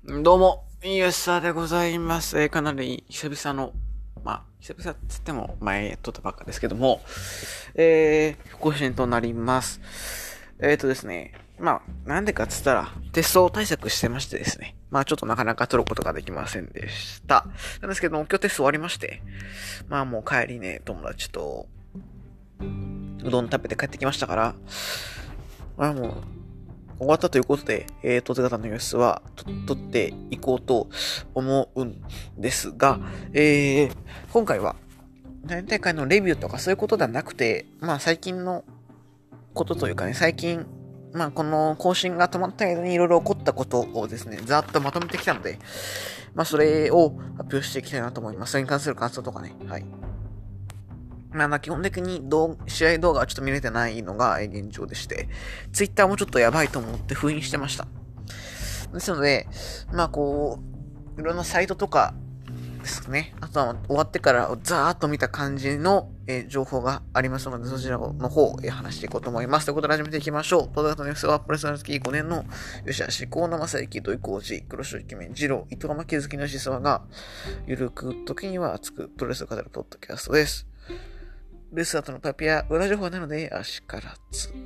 どうも、イエスサーでございます。かなり久々の、久々って言っても前撮ったばっかですけども、更新となります。ですね、なんでかっつったら、テスト対策してましてですね、ちょっとなかなか撮ることができませんでした。なんですけども、今日テスト終わりまして、もう帰りね、友達と、うどん食べて帰ってきましたから、もう、終わったということで、姿の様子は撮っていこうと思うんですが、今回は、大会のレビューとかそういうことではなくて、最近のことというかね、最近、この更新が止まった間にいろいろ起こったことをですね、ざっとまとめてきたので、それを発表していきたいなと思います。それに関する感想とかね、はい。基本的に試合動画はちょっと見れてないのが現状でして、ツイッターもちょっとやばいと思って封印してました。ですので、いろんなサイトとかですね、あとは終わってからザーッと見た感じの、情報がありますので、そちらの方を、話していこうと思います。ということで始めていきましょう。戸田のニュースは、プレスナルスキー5年の吉橋、河野正幸、土井浩二、黒潮イケメン、二郎、伊藤巻月の思想が、ゆるく時には熱くプロレスを語るポッドキャストです。レース後のパピア、裏情報なので、足からつ。と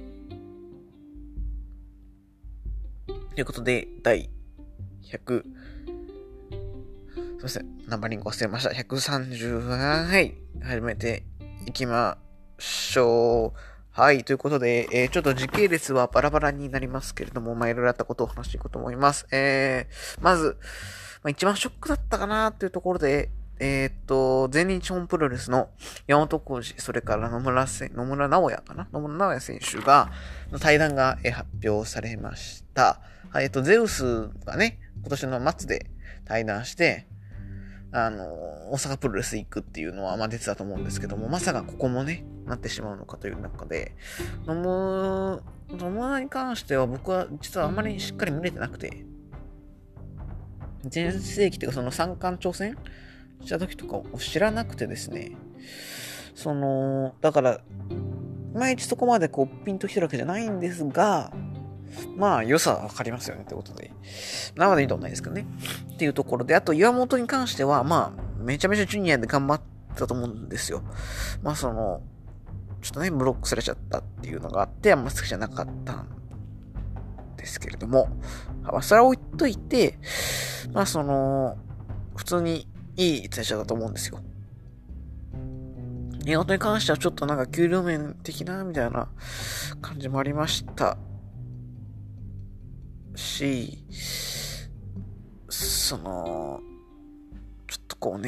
いうことで、第100、すいません、ナンバリング忘れました。130、はい、始めていきましょう。はい、ということで、ちょっと時系列はバラバラになりますけれども、いろいろあったことを話していこうと思います。まず、一番ショックだったかなというところで、全日本プロレスの山本浩二、それから野村直哉かな野村直哉選手が、対談が発表されました。はい、ゼウスがね、今年の末で対談して、大阪プロレス行くっていうのは、出てたと思うんですけども、まさかここもね、なってしまうのかという中で、野村に関しては僕は実はあんまりしっかり見れてなくて、前世紀というかその三冠挑戦した時とかを知らなくてですね、だから、いまいちそこまでピンときてるわけじゃないんですが、良さはわかりますよねってことで。生でいいとはないですけどね。っていうところで、あと岩本に関しては、めちゃめちゃジュニアで頑張ったと思うんですよ。ちょっとね、ブロックされちゃったっていうのがあって、あんま好きじゃなかったんですけれども、それは置いといて、普通にいい選手だと思うんですよ。岩本に関してはちょっと給料面的な、みたいな感じもありましたし、ちょっと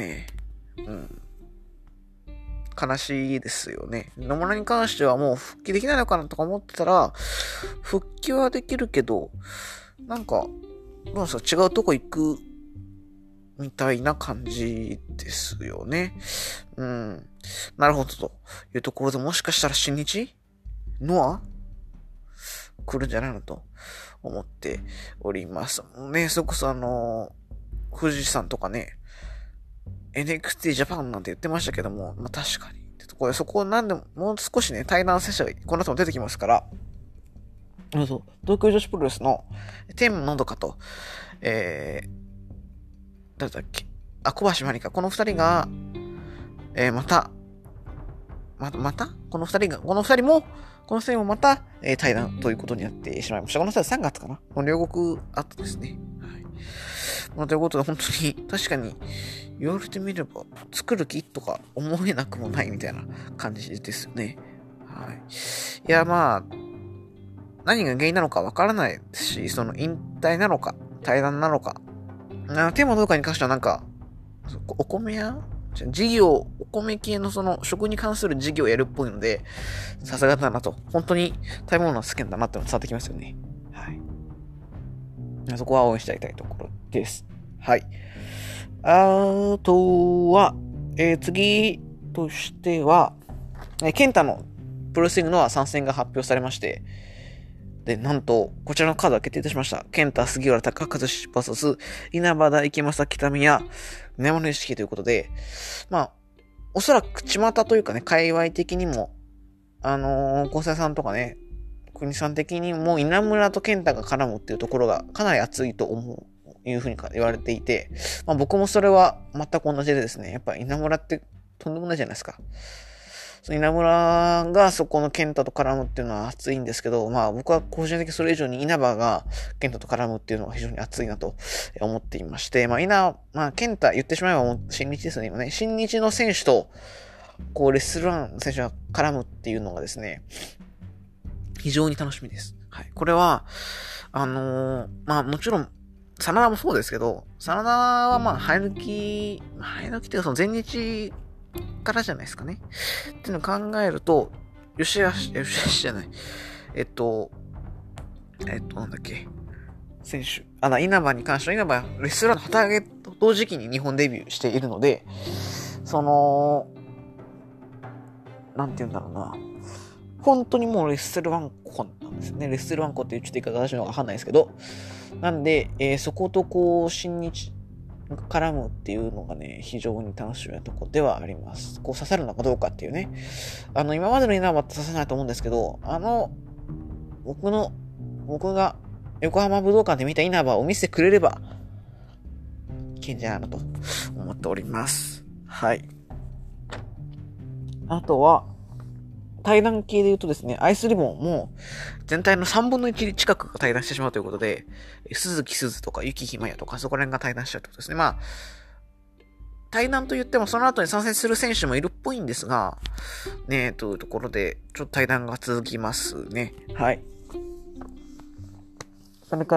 悲しいですよね。野村に関してはもう復帰できないのかなとか思ってたら、復帰はできるけど、どうですか、違うとこ行くみたいな感じですよね。なるほどというところで、もしかしたら新日ノア来るんじゃないのと思っております。ね、それこそ富士山とかね、NXT ジャパンなんて言ってましたけども、確かに。そこなんでもう少しね、対談選手がこの後も出てきますから、東京女子プロレスの天のどかと、誰だっけ、小橋まりか、この二人が、またこの二人もまた、対談ということになってしまいました。この人は3月かなの両国後ですね。はい。ということで、本当に、確かに、言われてみれば、作る気とか思えなくもないみたいな感じですよね。はい。いや、何が原因なのかわからないですし、その引退なのか、対談なのか、テーマどうかに関してはお米屋お米系の食に関する事業をやるっぽいので、さすがだなと。本当に食べ物が好きなんだなってのが伝わってきますよね。はい。そこは応援していたいところです。はい。あとは、次としては、ケンタのプロレスリングの参戦が発表されまして、で、なんと、こちらのカードが決定いたしました。ケンタ、杉浦、高和志、VS、稲葉田、池正、北宮、根物意識ということで、おそらく巷というかね、界隈的にも、小瀬さんとかね、国さん的にも稲村と健太が絡むっていうところがかなり熱いと思いうふうに言われていて、まあ僕もそれは全く同じでですね、やっぱ稲村ってとんでもないじゃないですか。稲村がそこの健太と絡むっていうのは熱いんですけど、まあ僕は個人的にそれ以上に稲葉が健太と絡むっていうのは非常に熱いなと思っていまして、まあ健太言ってしまえばもう新日ですね、今ね。新日の選手と、レスランの選手が絡むっていうのがですね、非常に楽しみです。はい。これは、まあもちろん、真田もそうですけど、真田はまあ生え抜きっていうかその前日からじゃないですかね。っていうのを考えると、吉橋じゃない。なんだっけ。選手。稲葉に関しては、稲葉レスラーの旗揚げと同時期に日本デビューしているので、なんて言うんだろうな。本当にもうレッスルワンコなんですよね。レッスルワンコっていうちょっと言い方が正しいのかわかんないですけど。なんで、そこと新日絡むっていうのがね、非常に楽しみなとこではあります。刺さるのかどうかっていうね。今までの稲葉って刺さないと思うんですけど、僕が横浜武道館で見た稲葉を見せてくれれば、いけんじゃないのと思っております。はい。あとは、対談系で言うとですね、アイスリボンも全体の3分の1近くが対談してしまうということで、鈴木鈴とか雪ひまやとかそこら辺が対談しちゃうってことですね。まあ、対談と言ってもその後に参戦する選手もいるっぽいんですが、ねというところで、ちょっと対談が続きますね。はい。それから、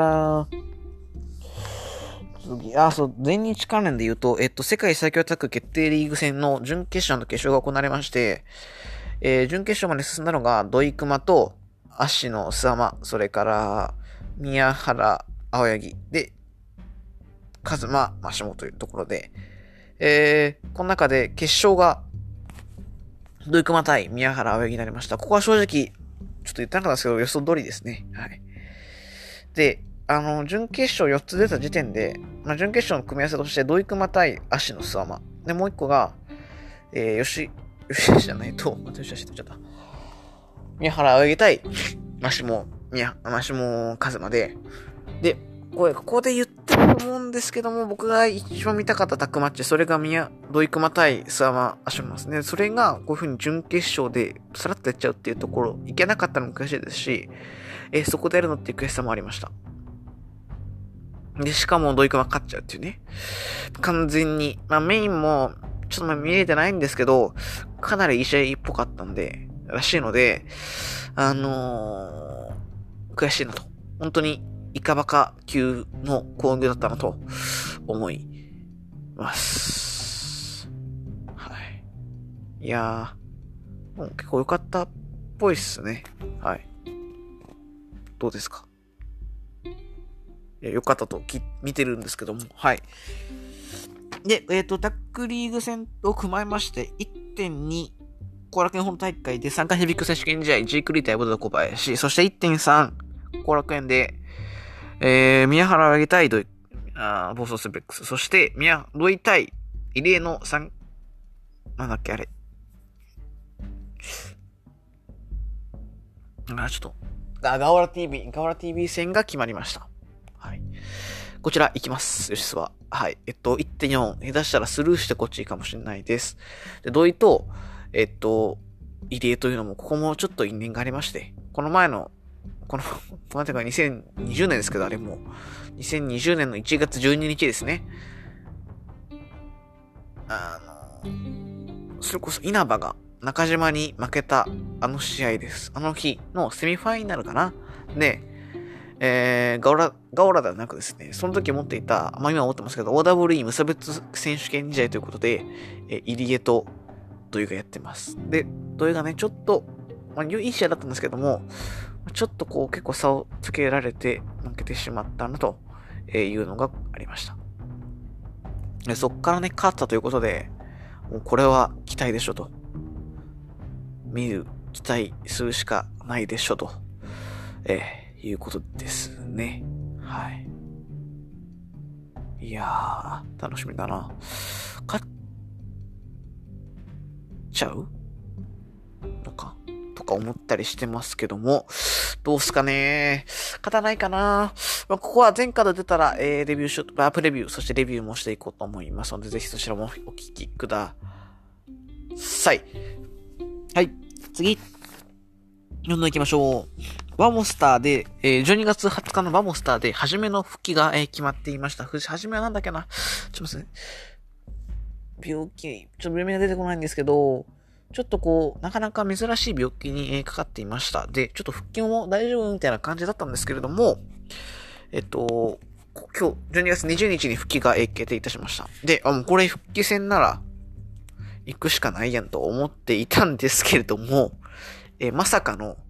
全日関連で言うと、世界最強タッグ決定リーグ戦の準決勝と決勝が行われまして、準決勝まで進んだのが、土井熊と、芦野須山、それから、宮原青柳で、カズマ、マシモというところで、この中で決勝が、土井熊対宮原青柳になりました。ここは正直、ちょっと言ってなかったんですけど、予想通りですね。はい。で、準決勝4つ出た時点で、準決勝の組み合わせとして、土井熊対芦野須山。で、もう一個が、吉田じゃないと、吉田してちゃった。宮原青柳対、マシモカズマで、ここで言ってると思うんですけども、僕が一番見たかったタッグマッチ、それが土井熊対須山芦野ですね。それが、こういう風に準決勝で、さらっとやっちゃうっていうところ、いけなかったのも悔しいですし、そこでやるのっていう悔しさもありました。で、しかも土井熊勝っちゃうっていうね。完全に、メインも、ちょっと見れてないんですけど、かなりいい試合っぽかったらしいので、悔しいなと。本当に、イカバカ級の攻撃だったなと思います。はい。いやー、もう結構良かったっぽいっすね。はい。どうですか？いや、良かったと見てるんですけども、はい。で、タッグリーグ戦を踏まえまして、1.2、後楽園本大会で参加ヘビック選手権試合、G クリー対ボド小林、そして 1.3、後楽園で、宮原を上げたい暴走スベックス、そして土井対異例のなんだっけあれ。ちょっと、ガオラ TV 戦が決まりました。はい。こちら行きます。よしすは。はい。1.4、下手したらスルーしてこっちいいかもしれないです。で、土井と、異例というのも、ここもちょっと因縁がありまして、なんていうか2020年ですけど、あれも2020年の1月12日ですね。それこそ稲葉が中島に負けた試合です。あの日のセミファイナルかな。で、ガオラではなくですね、その時持っていた、今持ってますけど、OWE 無差別選手権試合ということで、入江と土井がやってます。で、土井がね、ちょっと、いい試合だったんですけども、ちょっと結構差をつけられて負けてしまったなというのがありました。でそっからね、勝ったということで、もうこれは期待でしょと。期待するしかないでしょと。いうことですね。はい。いやー、楽しみだな。勝っちゃうのかととか思ったりしてますけども、どうすかね。勝たないかな。ここは前カード出たら、レビュープレビュー、そしてレビューもしていこうと思いますので、ぜひそちらもお聞きください。はい、次。どんどん行きましょう。バモスターで、12月20日のバモスターで、初めの復帰が、決まっていました。初めはなんだっけな。ちょっと待って、病気、ちょっと病名が出てこないんですけど、ちょっとこう、なかなか珍しい病気に、かかっていました。で、ちょっと復帰も大丈夫みたいな感じだったんですけれども、今日、12月20日に復帰が、決定いたしました。で、もうこれ復帰戦なら、行くしかないやんと思っていたんですけれども、まさかの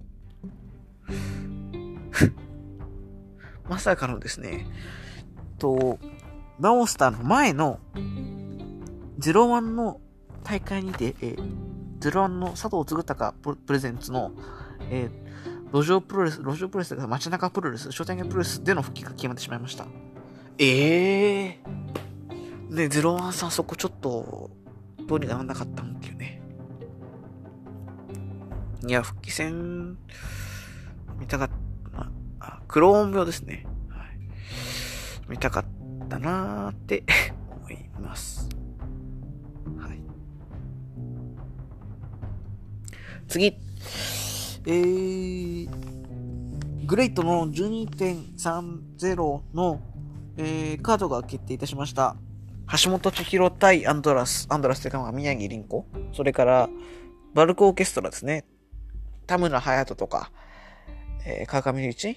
ですね、バモスターの前の01の大会にて、01の佐藤嗣隆プレゼンツの、路上プロレスとか街中プロレス、商店街プロレスでの復帰が決まってしまいました。で、01さんそこちょっと、どうにかならなかったんっていうね。いや、復帰戦、見たかった。クローン病ですね。はい、見たかったなーって思います。はい。次。グレイトの 12.30 の、カードが決定いたしました。橋本千尋対アンドラスというか宮城凛子。それから、バルクオーケストラですね。田村隼人とか、川上隆一、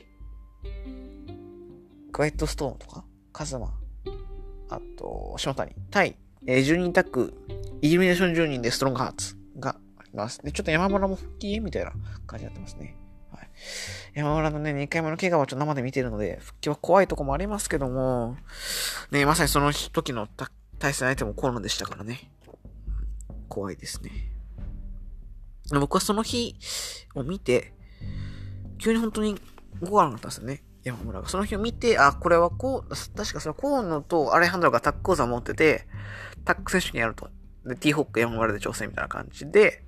クワイエットストーンとか、カズマ、あと、下谷対、10人タッグ、イルミネーション10人でストロングハーツがあります。で、ちょっと山村も復帰みたいな感じになってますね。はい。山村のね、2回目の怪我はちょっと生で見てるので、復帰は怖いとこもありますけども、ね、まさにその時の対戦相手もコロナでしたからね。怖いですね。僕はその日を見て、急に本当に動かなかったんですよね。山村が。その日を見て、これは確かそれ河野とアレハンドロがタッグ講座を持ってて、タッグ選手にやると。で、T ホック山村で挑戦みたいな感じで、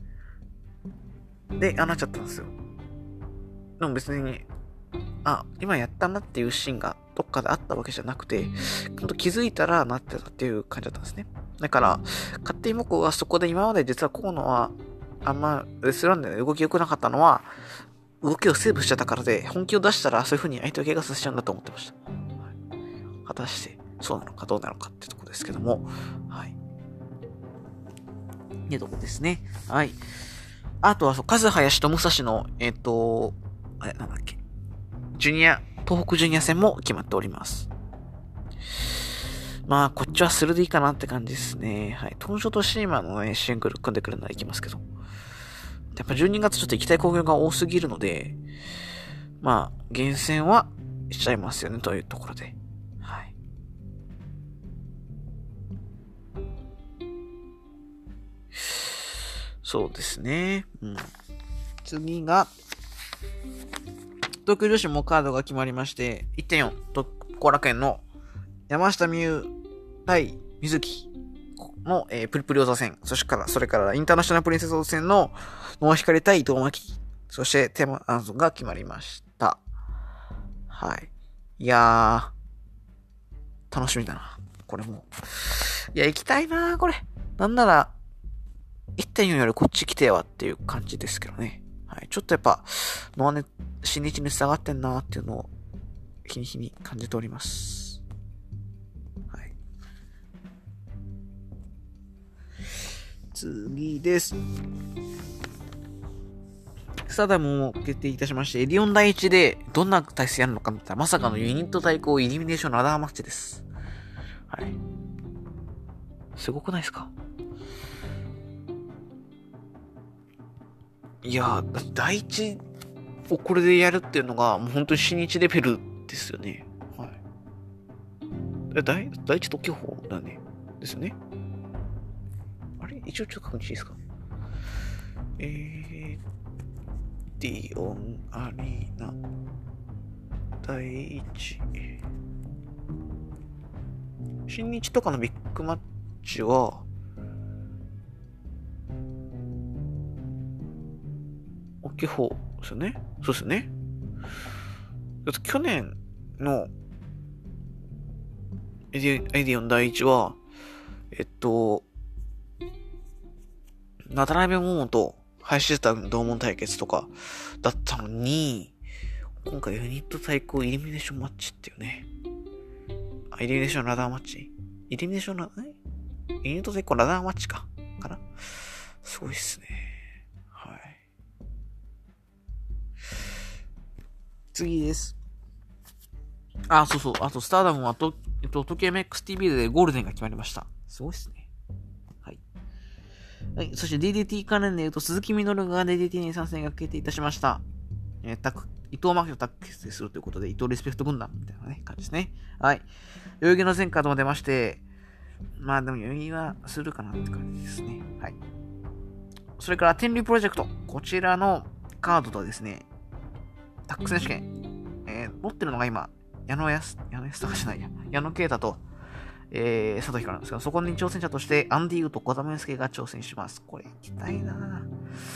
なっちゃったんですよ。でも別に、今やったなっていうシーンがどっかであったわけじゃなくて、気づいたらなってたっていう感じだったんですね。だから、勝手に僕はそこで今まで実は河野は、あんまレスランで動き良くなかったのは、動きをセーブしちゃったからで、本気を出したらそういう風に相手を怪我させちゃうんだと思ってました。はい、果たして、そうなのかどうなのかってとこですけども、はい。ってとこですね。はい。あとは、カズハヤシと武蔵の、なんだっけ。東北ジュニア戦も決まっております。まあ、こっちはスルでいいかなって感じですね。はい。東証とシーマのね、シングル組んでくるならいきますけど。やっぱ12月ちょっと行きたい興行が多すぎるので、まあ、厳選はしちゃいますよね、というところで。はい。そうですね。うん。次が、東京女子もカードが決まりまして、1.4、後楽園の山下美優対水木の、プリプリ王座戦、それからインターナショナルプリンセス王座戦の野光対伊藤真希、そしてテーマアンソンが決まりました。はい。いやー、楽しみだな。これも。いや、行きたいなこれ。なんなら、1.4 よりこっち来てはっていう感じですけどね。はい。ちょっとやっぱ、新日に下がってんなっていうのを、日に日に感じております。はい。次です。スタダムも決定いたしまして、エディオン第一でどんな体制やるのかみたいな、まさかのユニット対抗イリミネーションラダーマッチです。はい。すごくないですか？いやー、第一をこれでやるっていうのが、もう本当に新日レベルですよね。はい。第一特許法だね。ですよね。あれ一応ちょっと確認していいですか？ディオンアリーナ第一。新日とかのビッグマッチは、 時法ですよね。そうですよね。去年のエディオン第一は、渡辺桃と林下の同門対決とかだったのに、今回ユニット対抗イルミネーションマッチっていうね。イルミネーションラダーマッチイルミネーションユニット対抗ラダーマッチかなすごいっすね。はい。次です。そうそう。あと、スターダムは東京 MXTV でゴールデンが決まりました。すごいっすね。はい。はい。そして DDT 関連で言うと、鈴木みのるが DDT に参戦が決定いたしました。伊藤真希とタッグ結成するということで、伊藤リスペクト軍団みたいなね、感じですね。はい。代々木の全カードも出まして、まあでも代々木はするかなって感じですね。はい。それから天竜プロジェクト。こちらのカードとはですね、タッグ選手権。持ってるのが今、矢野隆じゃないや。矢野啓太と、佐藤ひかなんですけど、そこに挑戦者として、アンディ・ウと小田祐介が挑戦します。これ、行きたいな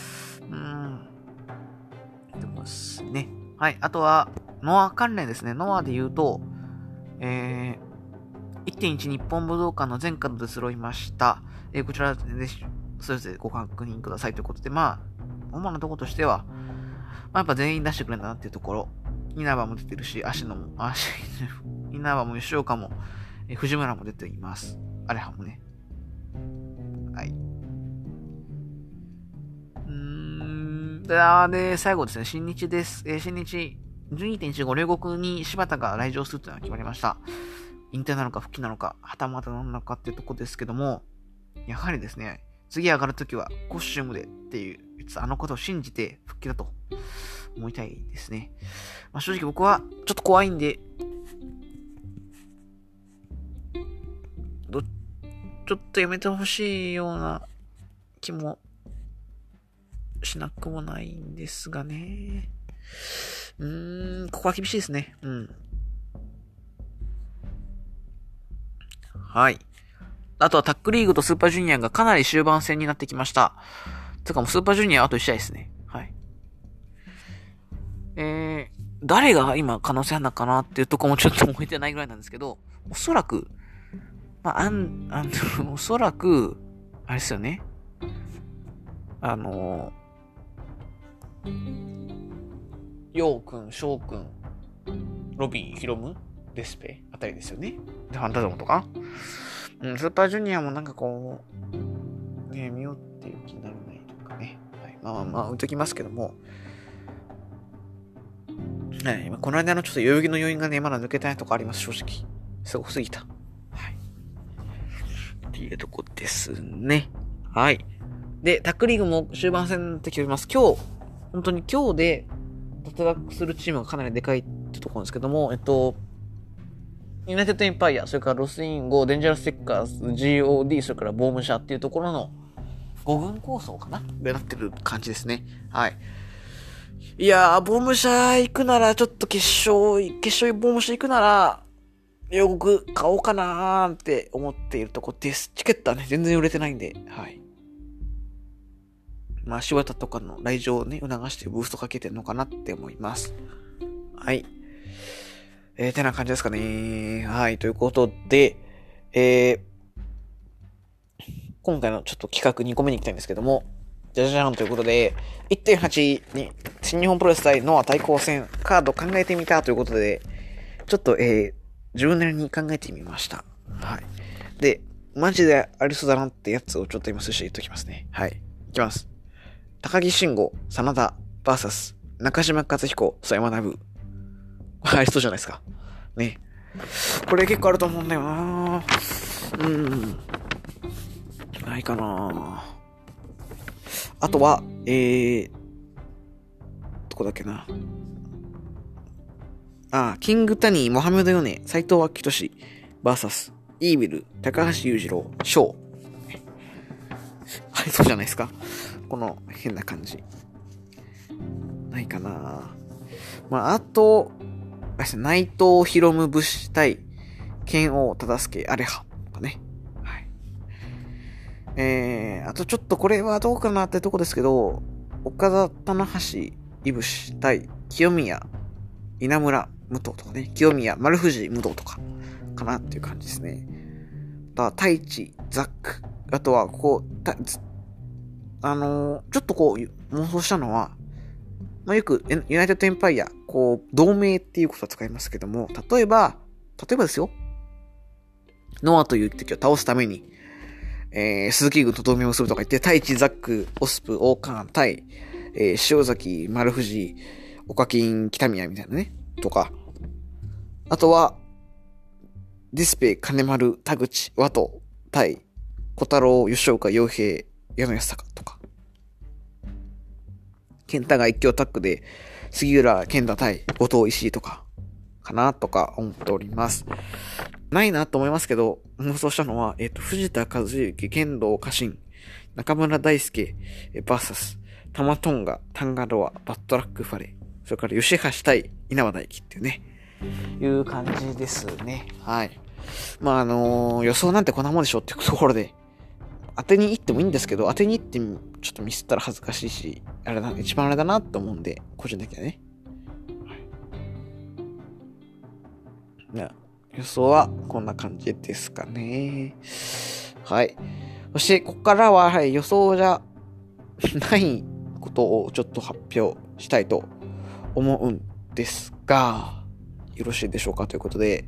でもですね。はい。あとは、ノア関連ですね。ノアで言うと、1.1 日本武道館の全カードで揃いました。こちらで、それぞれご確認くださいということで、まあ、主なところとしては、やっぱ全員出してくれんだなっていうところ。稲葉も出てるし、稲葉も吉岡も、藤村も出ています。アレハもね。はい。で、最後ですね、新日です。新日 12.15 両国に柴田が来場するというのが決まりました。引退なのか復帰なのか、はたまたなのかっていうところですけども、やはりですね、次上がるときはコスチュームでっていう、あのことを信じて復帰だと思いたいですね。まあ、正直僕はちょっと怖いんで、ちょっとやめてほしいような気もしなくもないんですがね。ここは厳しいですね。はい。あとはタックリーグとスーパージュニアがかなり終盤戦になってきました。てかもうスーパージュニアあと1試合ですね。はい。誰が今可能性あるのかなっていうとこもちょっと覚えてないぐらいなんですけど、おそらく、おそらく、あれですよね。ヨウくん、ショウくん、ロビン、ヒロム、デスペあたりですよね。で、ファンタズムとか。スーパージュニアもなんかこう、ね、見ようっていう気にならないとかね。はい、まあ、置いときますけども。はい、この間のちょっと代々木の余韻がね、まだ抜けてないとこあります、正直。すごすぎた。はい。っていうとこですね。はい。で、タックリーグも終盤戦になってきております。本当に今日で、脱落するチームがかなりでかいってところなんですけども、ユナイテッドエンパイア、それからロスインゴ、デンジャラステッカーズ、GOD、それからボームシャっていうところの5軍構想かなでなってる感じですね。はい。いやー、ボームシャ行くなら、ちょっと決勝ボームシャ行くなら、予告買おうかなーって思っているとこです。チケットはね、全然売れてないんで、はい。まあ、柴田とかの来場をね、促してブーストかけてるのかなって思います。はい。てな感じですかね。はい。ということで、今回のちょっと企画2個目に行きたいんですけども、じゃじゃーんということで、1.8 に新日本プロレス対ノア対抗戦カード考えてみたということで、ちょっと、自分なりに考えてみました。はい。で、マジでありそうだなってやつをちょっと今、寿司言っときますね。はい。いきます。高木慎吾、真田、VS、中島和彦、曽山学。ありそうじゃないですか。ね。これ結構あると思うんだよなないかなあとは、どこだっけな。キングタニー、モハメドヨネ、斎藤明俊、VS、イービル、高橋裕次郎、ショー。ありそうじゃないですか。この変な感じ。ないかなあと、内藤博夢武士対剣王忠助アレハとかね。はい。あとちょっとこれはどうかなってとこですけど、 岡田、棚橋、いぶし、対、清宮、稲村、武藤とかね、清宮、丸藤、武藤とか、かなっていう感じですね。太一、ザック。あとは、ちょっと妄想したのは、よく、ユナイテッドエンパイア、同盟っていうことは使いますけども、例えばですよ、ノアという敵を倒すために、鈴木軍と同盟を結ぶとか言って、太一、ザック、オスプ、オーカーン、対、塩崎、丸藤、オカキン、北宮みたいなね、とか、あとは、ディスペイ、金丸、田口、和藤、対、小太郎、吉岡、洋平、矢野安坂とか、健太が一強タッグで、杉浦、健太対、後藤、石井とか、かなとか思っております。ないなと思いますけど、妄想したのは、藤田和幸、剣道家臣、中村大輔、バーサス、タマトンガ、タンガロア、バットラックファレ、それから吉橋対稲葉大輝っていうね、いう感じですね。はい。予想なんてこんなもんでしょっていうところで、当てに行ってもいいんですけど、当てに行ってちょっとミスったら恥ずかしいし、一番あれだなと思うんで、個人的にはね。はい。予想はこんな感じですかね。はい。そして、ここからは、はい、予想じゃないことをちょっと発表したいと思うんですが、よろしいでしょうかということで、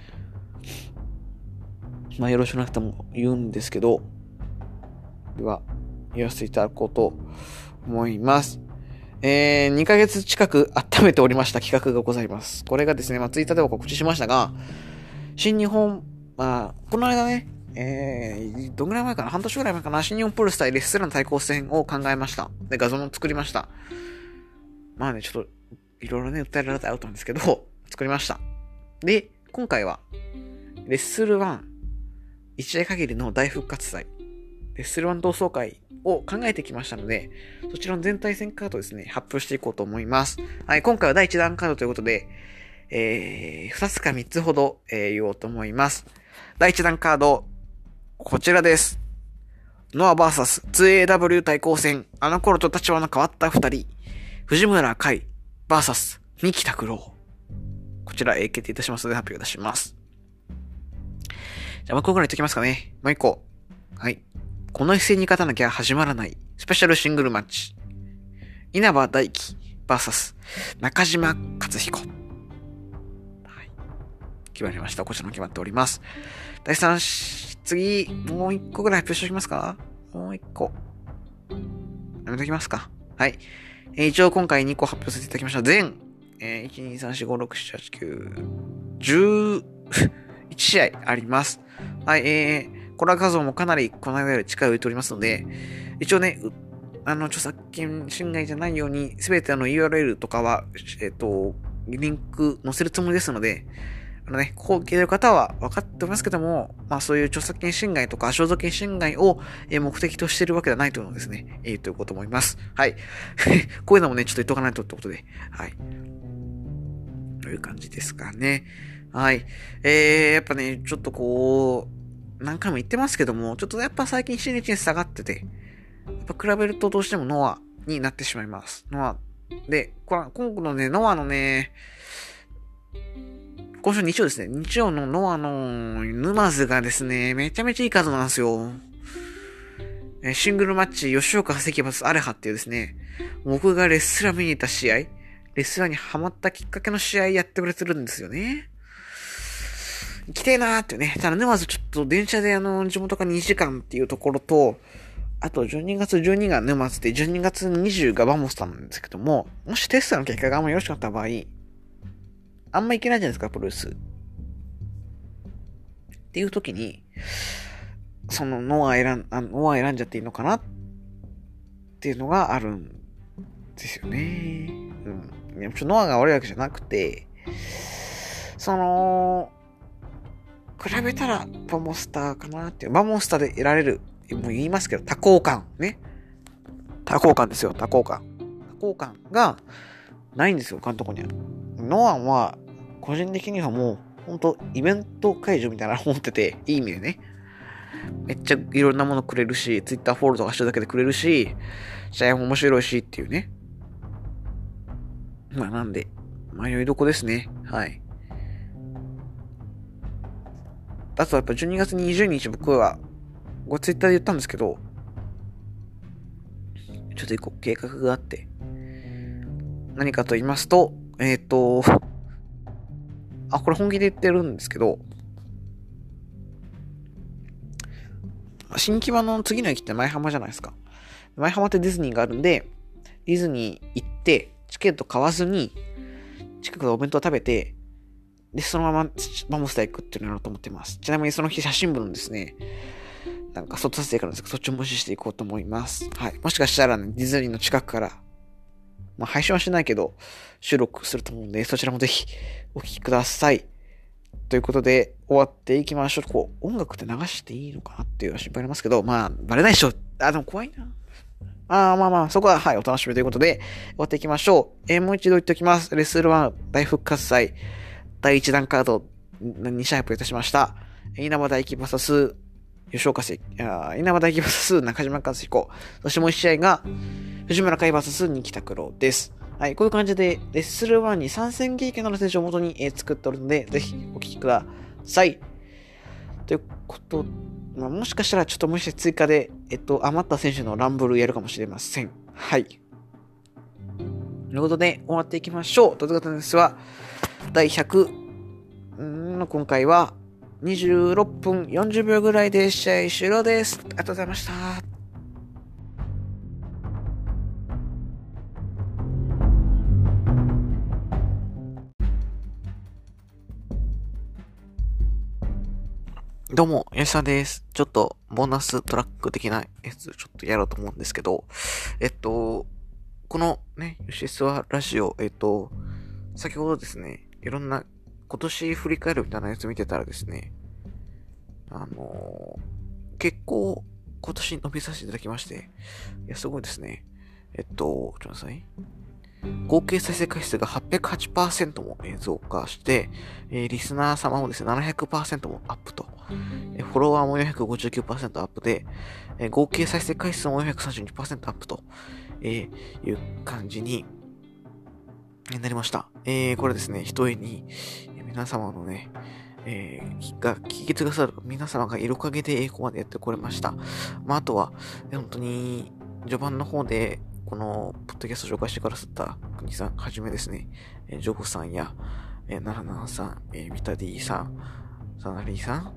よろしくなくても言うんですけど、では、言わせていただこうと思います。2ヶ月近く温めておりました企画がございます。これがですね、ツイッターでも告知しましたが、新日本、この間ね、どんぐらい前かな、半年ぐらい前かな、新日本プロレス対レスラーの対抗戦を考えました。で、画像も作りました。ちょっと、いろいろね、訴えられたアウトなんですけど、作りました。で、今回は、レッスル1、一夜限りの大復活祭、レッスル1同窓会を考えてきましたので、そちらの全体戦カードですね、発表していこうと思います。はい、今回は第1弾カードということで、2つか3つほど、言おうと思います。第1弾カード、こちらです。ノア VS2AW 対抗戦、あの頃と立場の変わった2人、藤村海 VS 三木拓郎。こちら、決定いたしますので発表いたします。じゃあ、もう一個ぐらい言っときますかね。もう一個。はい。この一戦に勝たなきゃ始まらない、スペシャルシングルマッチ。稲葉大輝 VS 中島克彦。決まりました。こちらも決まっております。第3、次、もう一個ぐらい発表しておきますか？もう一個。やめときますか。はい。一応今回2個発表させていただきました。全、1、2、3、4、5、6、7、8、9、11試合あります。はい、コラ画像もかなりこの間より近い置いておりますので、一応ね、著作権侵害じゃないように、すべてURL とかは、リンク載せるつもりですので、ここを聞いてる方は分かってますけども、そういう著作権侵害とか肖像権侵害を目的としているわけではないというのをですね、ということ思います。はい。こういうのもね、ちょっと言っとかないとってことで、はい。という感じですかね。はい。やっぱね、ちょっと何回も言ってますけども、ちょっとやっぱ最近1日に下がってて、やっぱ比べるとどうしてもノアになってしまいます。ノア。で、今度のね、ノアのね、今週日曜ですね。日曜のノアの沼津がですね、めちゃめちゃいいカードなんですよ。シングルマッチ、吉岡関バスアレハっていうですね、僕がレスラー見に行った試合、レスラーにハマったきっかけの試合やってくれてるんですよね。行きたいなーってね。ただ沼津ちょっと電車で地元から2時間っていうところと、あと12月12が沼津で、12月20がバモスタなんですけども、もしテストの結果があんまよろしかった場合、あんまいけないじゃないですか、プロレス。っていう時に、そのノア選んじゃっていいのかなっていうのがあるんですよね。うん。もちろんノアが悪いわけじゃなくて、比べたらバモスターかなっていう。バモスターで得られる、もう言いますけど、多幸感。ね。多幸感ですよ、多幸感。多幸感がないんですよ、他のとこには。ノアは、個人的にはもう、ほんと、イベント会場みたいなの思ってて、いい意味でね。 めっちゃいろんなものくれるし、ツイッターフォローとかしてるだけでくれるし、試合も面白いしっていうね。まあなんで、迷いどこですね。はい。あとはやっぱ12月20日僕は、ツイッターで言ったんですけど、ちょっと一個計画があって、何かと言いますと、これ本気で言ってるんですけど、新木場の次の駅って舞浜じゃないですか。舞浜ってディズニーがあるんで、ディズニー行って、チケット買わずに、近くでお弁当食べて、で、そのままマモスター行くっていうのをやろうと思ってます。ちなみにその日写真部のですね、なんか外撮影からですけど、そっちを無視していこうと思います。はい。もしかしたらね、ディズニーの近くから、まあ配信はしないけど、収録すると思うんで、そちらもぜひお聞きください。ということで、終わっていきましょう。音楽って流していいのかなっていう心配ありますけど、まあ、バレないでしょ。でも怖いな。まあ、そこは、はい、お楽しみということで、終わっていきましょう。もう一度言っておきます。レッスル1大復活祭、第1弾カード、2試合アップいたしました。稲葉大輝 VS、吉岡聖、稲葉大輝 VS 中島和彦。そしてもう1試合が、藤村海 VS 二木拓郎です。はい、こういう感じで、レッスル1に参戦経験のある選手を元に、作っておるので、ぜひお聞きください。ということ、もしかしたらちょっともし追加で、余った選手のランブルやるかもしれません。はい。ということで、終わっていきましょう。ということですは、第100の今回は、26分40秒ぐらいで試合終了です。ありがとうございました。どうも、吉さんです。ちょっと、ボーナストラック的なやつ、ちょっとやろうと思うんですけど、このね、吉スワラジオ、先ほどですね、いろんな、今年振り返るみたいなやつ見てたらですね、結構、今年伸びさせていただきまして、いや、すごいですね。ちょっと待ってください。合計再生回数が808%も増加して、リスナー様もですね、700%もアップと、フォロワーも459%アップで、合計再生回数も432%アップと、いう感じになりました。これですね、一重に、皆様のね、聞き継がさる皆様がいるおかげでここまでやってこれました。まあ、あとは、本当に、序盤の方で、この、ポッドキャスト紹介してくださった、国さんはじめですね、ジョブさんや、ナラナンさん、ミタディさん、サナリーさん、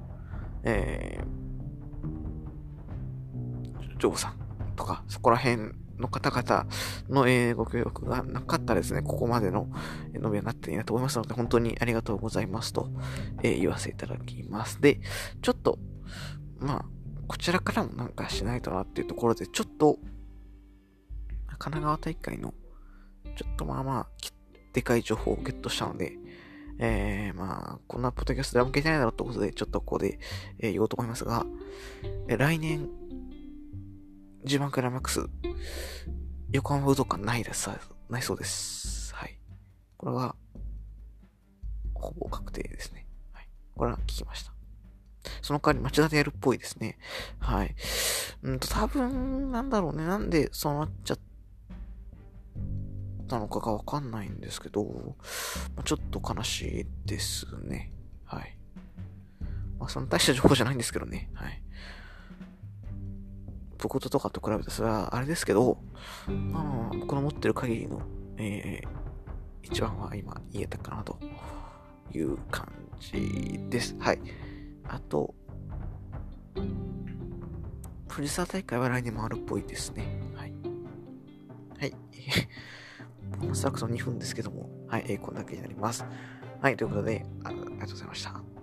ジョブさんとか、そこら辺の方々の、ご協力がなかったらですね、ここまでの伸びになっていないと思いますので、本当にありがとうございますと、言わせていただきます。で、ちょっと、まあ、こちらからもなんかしないとなっていうところで、ちょっと、神奈川大会の、ちょっとまあまあ、でかい情報をゲットしたので、まあ、こんなポッドキャストでは向けてないだろうということで、ちょっとここで、言おうと思いますが、来年、G1クライマックス、横浜武道館ないそうです。はい。これは、ほぼ確定ですね。はい。これは聞きました。その代わり町田でやるっぽいですね。はい。多分、なんだろうね。なんでそうなっちゃったのかがわかんないんですけど、ちょっと悲しいですね。はい。まあ、その大した情報じゃないんですけどね。はい。僕とかと比べてそれはあれですけど、まあ、僕の持ってる限りの、一番は今言えたかなという感じです。はい。あと、藤沢大会は来年もあるっぽいですね。はい。はい。ボーナスアクション2分ですけども、はい、こんだけになります。はい、ということで、ありがとうございました。